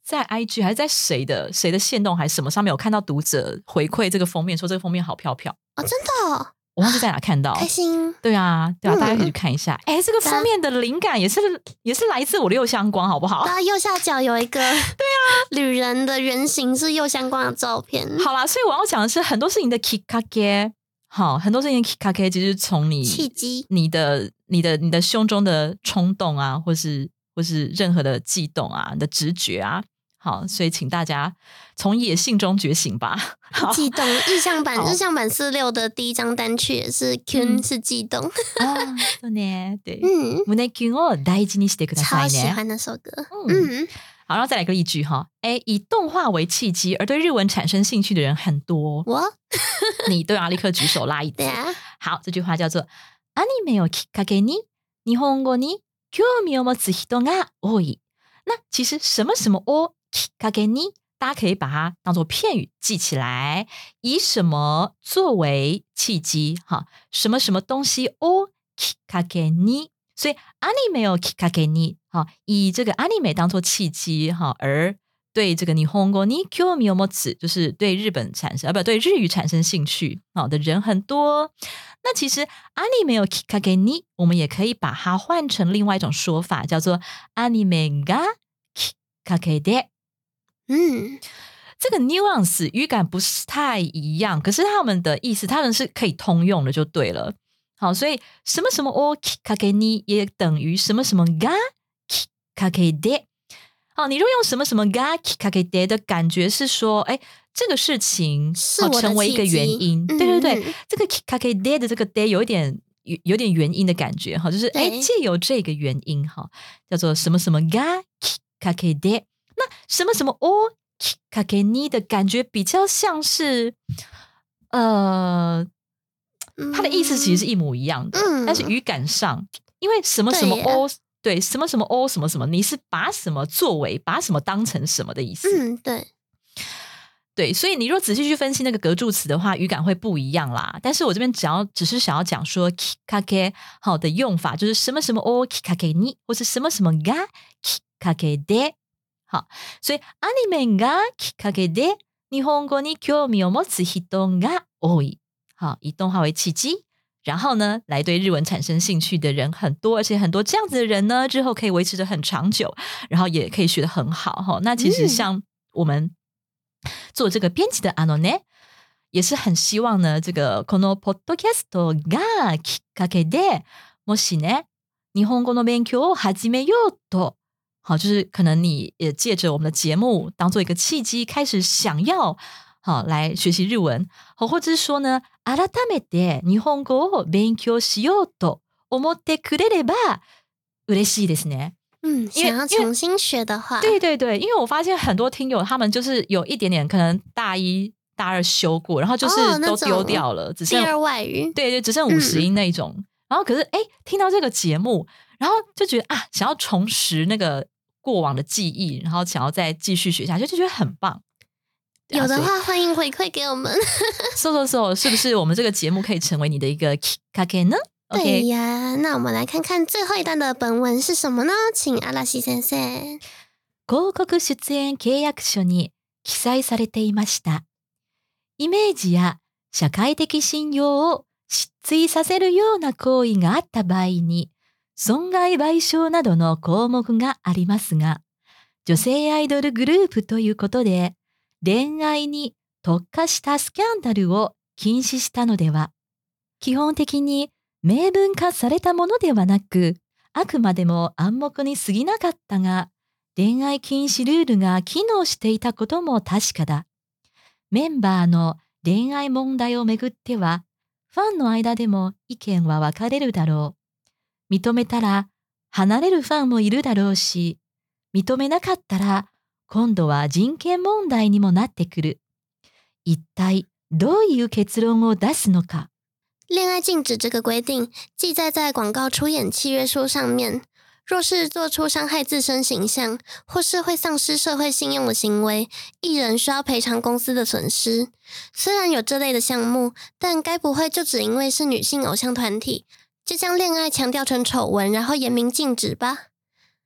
在 I G 还是在谁的谁的限动还是什么上面有看到读者回馈这个封面，说这个封面好飘飘哦，真的哦， 我忘记在哪看到， 开心。 对啊，对啊， 嗯、 大家可以去看一下。哎，这个封面的灵感也是也是来自我的右相光，好不好？ 然后右下角有一个对啊，旅人的原型是右相光的照片。 好啦，所以我要讲的是很多事情的 kikake， 好，很多事情的 kikake 就是从你契机， 你的你的你的胸中的冲动啊，或是或是任何的悸动啊，你的直觉啊。好，所以请大家从野性中觉醒吧。 悸动日向版日向版四六的第一张单曲也是 Kyun、嗯、是悸动啊，そうね，对， 嗯， 胸キュンを大事にしてくださいね。 超喜欢那首歌， 嗯，好，然后再来个例句哈，哎，以动画为契機而对日文产生兴趣的人很多。 我， 你对啊，立刻举手拉一字。 对啊， 好，这句話叫做アニメをきっかけに日本語に興味を持つ人が多い。那其实什么什么をきっかけに，大家可以把它当做片语记起来，以什么作为契机？哈，什么什么东西をきっかけに，所以アニメをきっかけに，哈，以这个アニメ当做契機，哈，而对这个日本語に興味を持つ，就是对日本产生，啊不对日语产生兴趣，好的人很多。那其实アニメをきっかけに，我们也可以把它换成另外一种说法，叫做アニメがきっかけで。 嗯， 这个 nuance 语感不是太一样，可是他们的意思，他们是可以通用的，就对了。好，所以什么什么をきっかけに也等于什么什么がきっかけで。好，你如果用什么什么がきっかけで的感觉是说，哎，这个事情是我的成为一个原因， 嗯、 对对对，嗯、这个きっかけで的这个で有一点有有点原因的感觉哈，就是哎，借由这个原因哈，叫做什么什么がきっかけで。那什么什么をきっかけに的感觉比较像是，呃，它的意思其实是一模一样的，嗯、但是语感上，因为什么什么を，对，什么什么を什么什么，你是把什么作为，把什么当成什么的意思， 嗯，对。 对，所以你若仔细去分析那个格助词的话，语感会不一样啦。但是我这边只要只是想要讲说きっかけ好的用法，就是什么什么をきっかけに，或是什么什么がきっかけで。好，所以アニメがきっかけで日本語に興味を持つ人が多い。好，以动画为契機，然后呢，来对日文产生兴趣的人很多，而且很多这样子的人呢，之后可以维持得很长久，然后也可以学得很好哈。那其实像我们做这个编辑的あのね，也是很希望呢，这个このポッドキャストがきっかけで、もしね、日本語の勉強を始めようと。好，就是可能你也借着我们的节目当做一个契機，开始想要好来学习日文，好，或者是说呢，改めて日本語を勉強しようと思ってくれれば嬉しいですね。 嗯，想要重新学的话， 对对对，因为我发现很多听友他们就是有一点点可能大一大二修过，然后就是都丢掉了， 哦、 只剩第二外语， 对对，只剩五十音那种。嗯、然后可是哎，听到这个节目，然后就觉得啊，想要重拾那个过往的记忆，然后想要再继续学下去，就觉得很棒。 有的话欢迎回馈给我们。 so so so， 是不是我们这个节目可以成为你的一个きっかけ呢？ 对呀，那我们来看看最后一段的本文是什么呢？请阿拉西先生。 広告出演契約書に記載されていました。イメージや社会的信用を失墜させるような行為があった場合に、損害賠償などの項目がありますが、女性アイドルグループということで、恋愛に特化したスキャンダルを禁止したのでは、基本的に明文化されたものではなく、あくまでも暗黙に過ぎなかったが、恋愛禁止ルールが機能していたことも確かだ。メンバーの恋愛問題をめぐっては、ファンの間でも意見は分かれるだろう。認めたら離れるファンもいるだろうし、認めなかったら今度は人権問題にもなってくる。一体どういう結論を出すのか。 恋爱禁止这个规定记载在广告出演契约书上面，若是做出伤害自身形象或是会丧失社会信用的行为，艺人需要赔偿公司的损失。虽然有这类的项目，但该不会就只因为是女性偶像团体，就将恋爱强调成丑闻，然后严明禁止吧？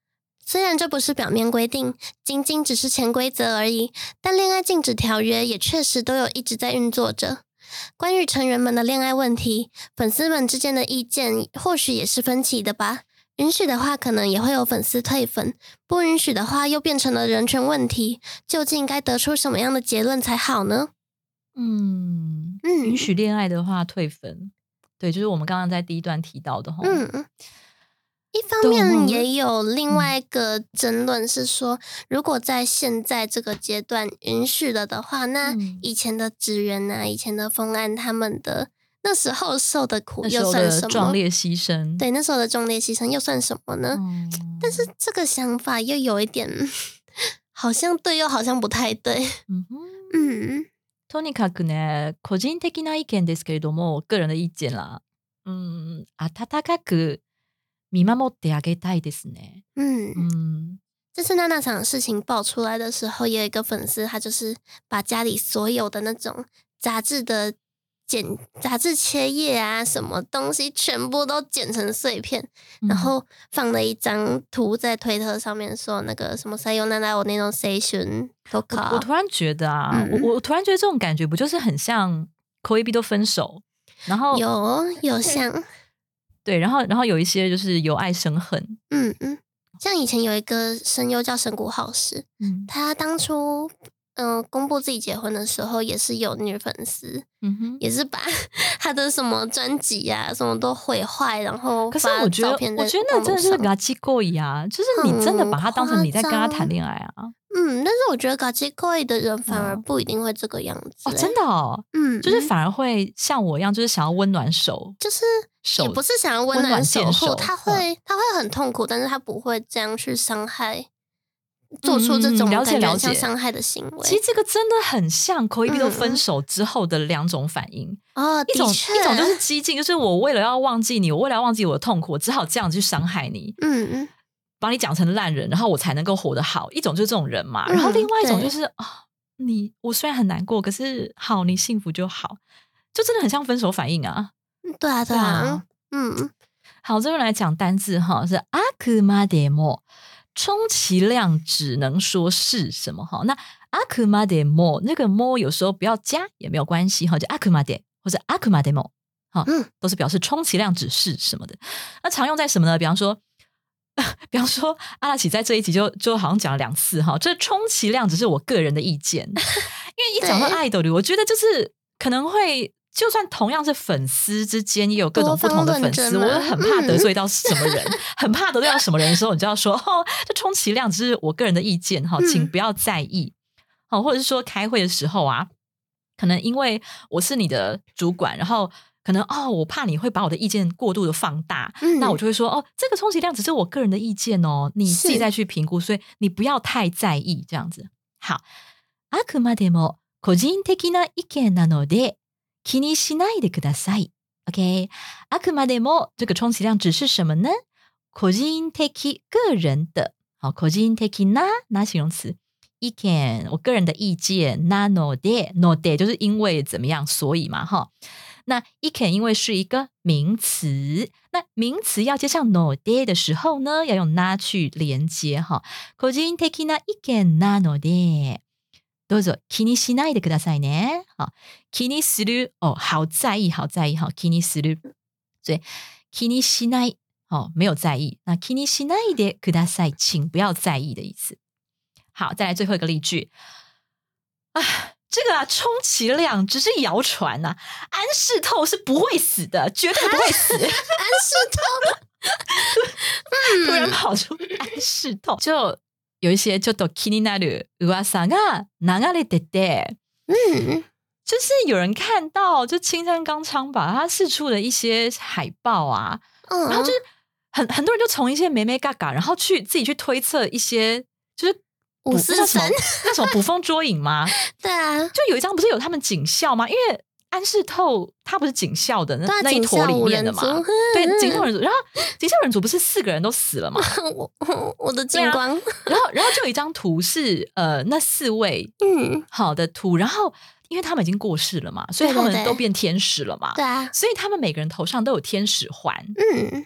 虽然这不是表面规定，仅仅只是潜规则而已，但恋爱禁止条约也确实都有一直在运作着。关于成员们的恋爱问题，粉丝们之间的意见或许也是分歧的吧。允许的话，可能也会有粉丝退粉；不允许的话，又变成了人权问题。究竟该得出什么样的结论才好呢？ 嗯嗯，允许恋爱的话退粉，对，就是我们刚刚在第一段提到的齁。 嗯。一方面也有另外一个争论是说，如果在现在这个阶段允许了的话，那以前的职员啊，以前的风安他们的那时候受的苦又算什么？ 壮烈牺牲， 对，那时候的壮烈牺牲又算什么呢？嗯、但是这个想法又有一点好像对，又好像不太对。嗯嗯。とにかくね、個人的な意見ですけれども、個人的意見啦。嗯，温かく見守ってあげたいですね。 嗯嗯，这次那那场事情爆出来的时候，也有一个粉丝，他就是把家里所有的那种杂志的剪杂志切页啊，什么东西全部都剪成碎片，嗯、然后放了一张图在推特上面，说那个什么塞尤娜娜我那种 session 都靠。 我突然觉得啊，嗯、我我突然觉得这种感觉不就是很像恋人分手，然后有有像。 对，然后然后有一些就是由爱生恨， 嗯嗯，像以前有一个声优叫神谷浩史，嗯，他当初嗯、呃、公布自己结婚的时候，也是有女粉丝，嗯哼，也是把他的什么专辑呀、啊、什么都毁坏，然后可是我觉得我觉得那真的是嘎叽过啊，就是你真的把他当成你在跟他谈恋爱啊。 嗯，但是我觉得嘎叽过的人反而不一定会这个样子、欸、 哦，真的哦，嗯，就是反而会像我一样，就是想要温暖手， 就是也不是想要温暖守护，他会、嗯、他会很痛苦，但是他不会这样去伤害，做出这种感觉像伤害的行为。 其实这个真的很像恋人分手之后的两种反应、 嗯、哦， 一种一种就是激进，就是我为了要忘记你，我为了要忘记我的痛苦，我只好这样去伤害你，嗯嗯，把你讲成烂人，然后我才能够活得好。一种就是这种人嘛，然后另外一种就是啊、哦，你我虽然很难过，可是好，你幸福就好，就真的很像分手反应啊。 对啊，对啊，嗯， 好，这边来讲单字哈，是あくまでも，充其量只能说是什么哈？那あくまでも那个も有时候不要加也没有关系哈，就あくまで或者あくまでも，哈，嗯，都是表示充其量只是什么的。那常用在什么呢？比方说。比方说阿拉奇在这一集就就好像讲了两次哈，这充其量只是我个人的意见，因为一讲到爱豆，我觉得就是可能会就算同样是粉丝之间也有各种不同的粉丝，我很怕得罪到什么人、嗯、很怕得罪到什么人的时候，你就要说哦，这充其量只是我个人的意见哈，请不要在意、嗯、或者是说开会的时候啊，可能因为我是你的主管，然后可能哦，我怕你会把我的意见过度的放大、嗯、那我就会说哦，这个充其量只是我个人的意见哦，你自己再去评估，所以你不要太在意这样子。好，あくまでも個人的な意見なので気にしないでください。 OK， あくまでも这个充其量只是什么呢？個人的个人的，好，個人的な那形容词，意見我个人的意见，なのでので就是因为怎么样所以嘛哈。那意見因为是一个名词，那名词要接上ので的时候呢，要用な去連接哈。個人的な意見なのでどうぞ気にしないでくださいね。好，気にする哦，好在意，好在意，好気にする，所以気にしない哦，没有在意。那気にしないでください，请不要在意的意思。好，再来最后一个例句啊。这个啊，充其量只是谣传啊，安室透是不会死的，绝对不会死。安室透， 突然跑出安室透，就有一些ちょっと気になる噂が流れてて，嗯，就是有人看到，就青山刚昌吧，他释出了一些海报啊，嗯、然后就是很很多人就从一些眉眉嘎嘎，然后去自己去推测一些，就是。 五四三那什么捕风捉影吗？ 对啊， 就有一张不是有他们警校吗？因为安室透他不是警校的 那,、啊、那一坨里面的嘛，对，警校人族。然后警校人族不是四个人都死了吗？ 我我的金光、啊。 然后然后就有一张图是呃那四位嗯好的图，然后因为他们已经过世了嘛，所以他们都变天使了嘛， 对啊， 所以他们每个人头上都有天使环，嗯。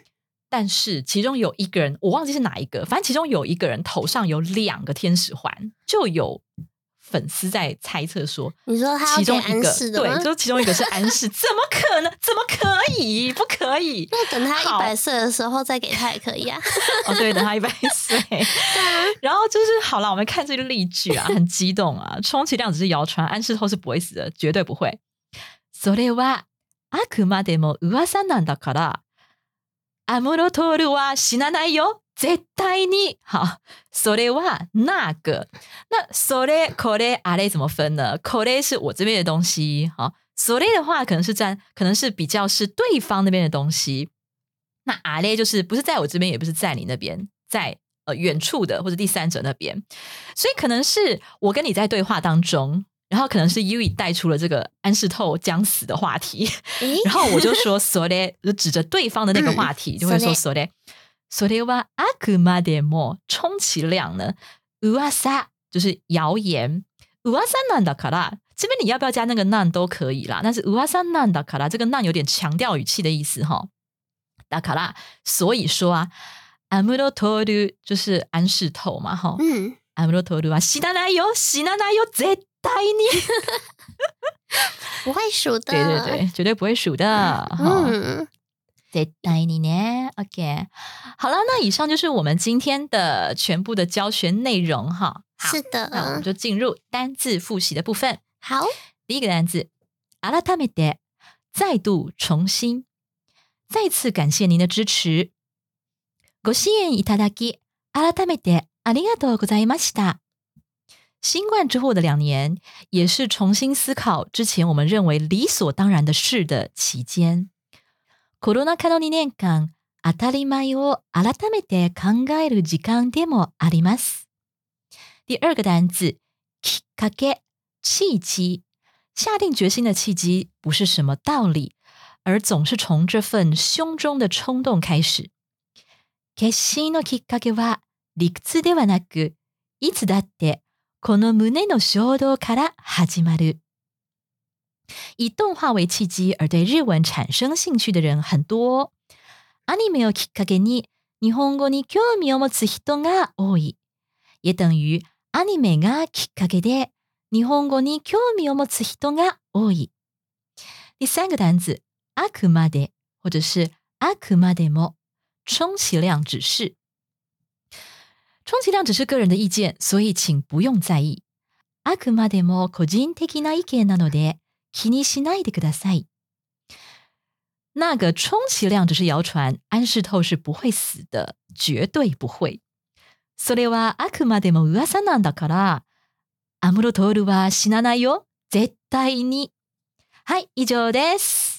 但是其中有一个人我忘记是哪一个，反正其中有一个人头上有两个天使环，就有粉丝在猜测说， 你说他要给安室的吗？ 对，就其中一个是安室，怎么可能？怎么可以？不可以？ 那等他一百岁的时候再给他也可以啊。 哦，对，等他一百岁。对啊。然后就是好了，我们看这个例句啊，很激动啊。充其量只是谣传，安室透是不会死的，绝对不会。それはあくまでも噂なんだから、安室透は死なないよ。絶対に。好，それは那个。那それこれあれ怎么分呢？これ是我这边的东西，好，それ的话可能是占，可能是比较是对方那边的东西。那あれ就是不是在我这边，也不是在你那边，在呃远处的或者第三者那边。所以可能是我跟你在对话当中，然后可能是 Yui 带出了这个安室透将死的话题，然后我就说それ，就指着对方的那个话题，嗯、就会说それ。それはあくまでも充其量呢，噂就是谣言，噂なんだから。这边你要不要加那个なん都可以啦，但是噂なんだから这个なん有点强调语气的意思哈。だから所以说啊，安室透就是安室透嘛哈。嗯，安室透は死なないよ、死なないよ、絶対に不会数的， 对对对，绝对不会数的。嗯。絶対にね OK 好了，那以上就是我们今天的全部的教学内容哈。 是的， 那我们就进入单字复习的部分。 好， 第一个单字改めて，再度重新，再次感谢您的支持。ご支援いただき改めてありがとうございました。新冠之后的两年，也是重新思考之前我们认为理所当然的事的期間。コロナ禍のにねんかん、当たり前を改めて考える時間でもあります。第二个单字，きっかけ，契機。下定决心的契機不是什么道理，而总是从这份胸中的冲动开始。決心のきっかけは理屈ではなく、いつだってこの胸の衝動から始まる。以动画为契機而对日文产生興趣的人很多。アニメをきっかけに日本語に興味を持つ人が多い。也等于アニメがきっかけで日本語に興味を持つ人が多い。第三个单字，あくまで或者是あくまでも，充其量只是。充其量只是个人的意见，所以请不用在意。あくまでも個人的な意見なので気にしないでください。那个充其量只是谣传，安室透是不会死的，绝对不会。それはあくまでも噂なんだから、安室透は死なないよ、絶対に。はい、以上です。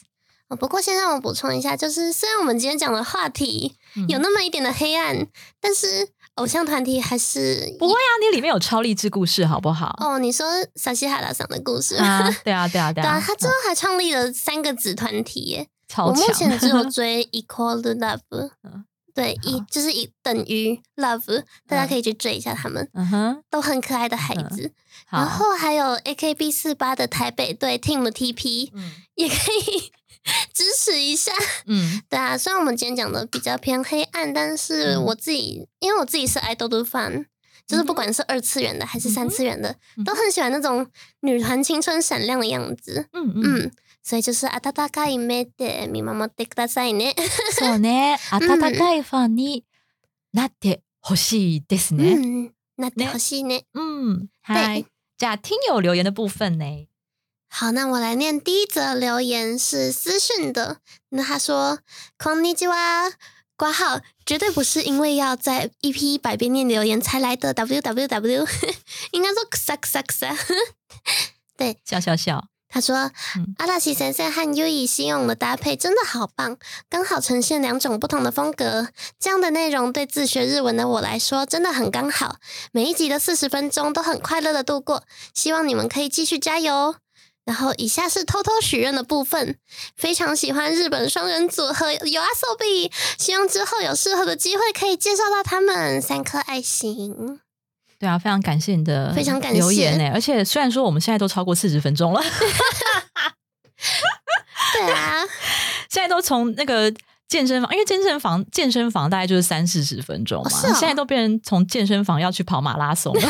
不过先让我补充一下，就是虽然我们今天讲的话题有那么一点的黑暗，嗯、但是偶像团体还是不会啊，你里面有超励志故事好不好？ 哦，你说萨西哈拉桑的故事啊？对啊，对啊，对啊。 对啊，他之后还创立了三个子团体耶， 超强。 我目前只有追 Equal Love， 嗯、对，一就是一等于 Love， 大家可以去追一下他们，嗯哼，都很可爱的孩子。嗯、然后还有 A K B 四十八 的台北队 Team T P，、嗯、也可以支持一下。嗯，对啊，虽然我们今天讲的比较偏黑暗，但是我自己、嗯、因为我自己是 idol fan， 就是不管是二次元的还是三次元的、嗯、都很喜欢那种女团青春闪亮的样子。嗯嗯。嗯，所以就是温かい目で見守ってくださいね。 そうね、温かいファンになってほしいですね。 うん、なってほしいね。 嗯，はい。じゃあ听友留言的部分呢？ 好，那我来念第一则留言是私讯的。那他说こんにちは，括号绝对不是因为要在 E P 一百遍念留言才来的 www， 应该说クサクサクサ。对， 笑笑笑。 他说、嗯、阿拉西先生和 Yui 新勇的搭配真的好棒，刚好呈现两种不同的风格，这样的内容对自学日文的我来说真的很刚好，每一集的四十分钟都很快乐的度过，希望你们可以继续加油。然后以下是偷偷许愿的部分，非常喜欢日本双人组合YOASOBI，希望之后有适合的机会可以介绍到他们，三颗爱心。 对啊，非常感谢你的非常感谢留言耶，而且虽然说我们现在都超过四十分钟了对啊， 现在都从那个健身房，因为健身房健身房大概就是三四十分钟嘛， 哦哦、 现在都变成从健身房要去跑马拉松了。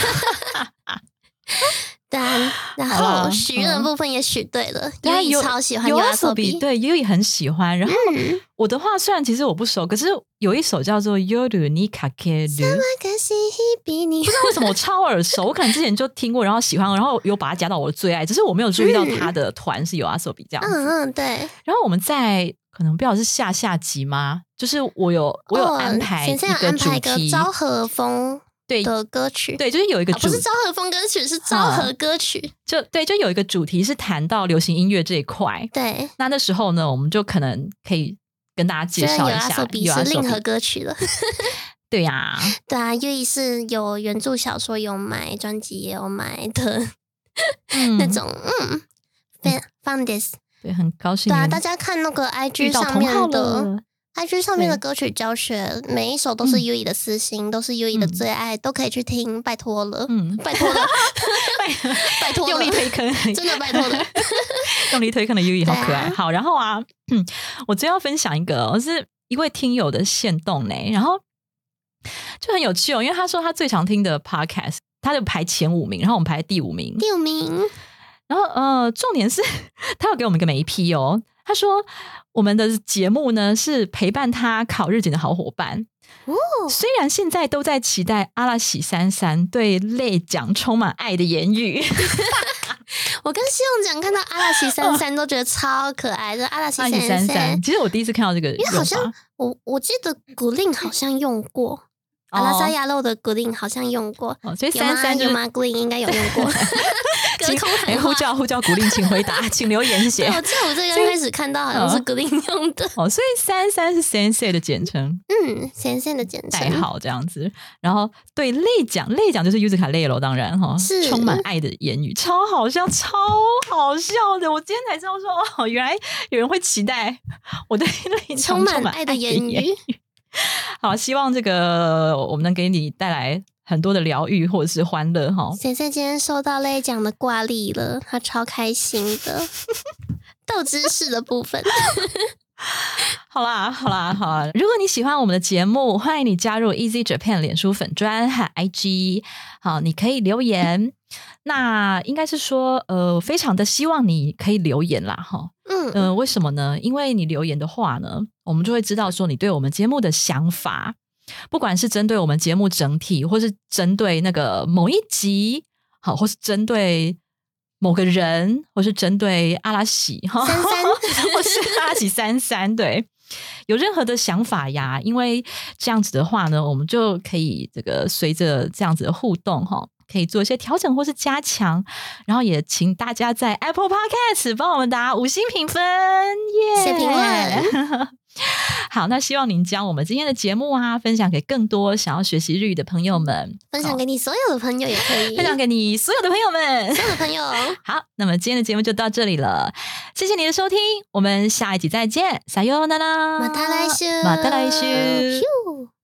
对啊，然后许愿的部分也许对了，优衣超喜欢 YOASOBI， 对，优衣很喜欢。然后、嗯、我的话虽然其实我不熟，可是有一首叫做 Yoru ni Kakeru， 不知道为什么我超耳熟，我可能之前就听过，然后喜欢，然后有把它加到我的最爱，只是我没有注意到他的团是 YOASOBI 这样子。 嗯嗯，对。 然后我们在可能不知道是下下集吗？就是我有我有安排一个主题， 昭和风。对的歌曲， 对，就是有一个主题、 哦、不是昭和风歌曲，是昭和歌曲。嗯、 就对，就有一个主题是谈到流行音乐这一块。 对， 那那时候呢，我们就可能可以跟大家介绍一下。 YOASOBI是令和歌曲了。 对呀、啊， 对啊，优衣是有原著小说有买，专辑也有买的、嗯、那种，嗯 ，fun this， 对，很高兴。 对啊，大家看那个 I G 上面的。I G 上面的歌曲教学，每一首都是优衣的私心，嗯、都是优衣的最爱、嗯，都可以去听，拜托了，嗯，拜托了，拜拜托了， 用力推坑， 真的拜托了， 用力推坑的优衣好可爱。啊、好，然后啊，嗯，我最要分享一个，我是一位听友的限动呢，然后就很有趣哦，因为他说他最常听的 podcast， 他就排前五名，然后我们排第五名， 第五名， 然后呃，重点是他有给我们一个眉批哦。他说我们的节目呢是陪伴他考日检的好伙伴、哦、虽然现在都在期待阿拉喜三三对类奖充满爱的言语我跟希望奖看到阿拉喜三三都觉得超可爱的、哦、阿拉喜三三， 其实我第一次看到这个， 因为好像我我记得古令好像用过、哦、阿拉萨亚露的古令好像用过、 哦、所以三三有吗？古令应该有用过隔空喊话， 呼叫呼叫古令，请回答，请留言，谢谢。 我记得我这个开始看到好像是古令用的， 哦，所以三三是 Sensei 的简称， 嗯 Sensei 的简称代号这样子。然后对类奖，类奖就是 Yuzuka 类咯，当然哈，是充满爱的言语，超好笑，超好笑的。我今天才知道说，哦，原来有人会期待我对类奖充满爱的言语。好，希望这个我们能给你带来很多的疗愈或者是欢乐哈。 先生今天收到类奖的挂历了，他超开心的。斗知识的部分。 好啦好啦好啦，如果你喜欢我们的节目，欢迎你加入 Easy Japan 脸书粉专和 I G， 好，你可以留言。那应该是说呃，非常的希望你可以留言啦哈。嗯呃，为什么呢？因为你留言的话呢，我们就会知道说你对我们节目的想法，不管是针对我们节目整体，或是针对那个某一集，好，或是针对某个人，或是针对阿拉喜哈， 三三， 或是阿拉喜三三，对，有任何的想法呀，因为这样子的话呢，我们就可以这个随着这样子的互动哈，可以做一些调整或是加强，然后也请大家在 Apple Podcast 帮我们打五星评分，耶、yeah ！ 写评论。 好，那希望您将我们今天的节目啊，分享给更多想要学习日语的朋友们， 分享给你所有的朋友也可以， 分享给你所有的朋友们， 所有的朋友。 好，那么今天的节目就到这里了，谢谢你的收听，我们下一集再见，さようなら， また来週， また来週。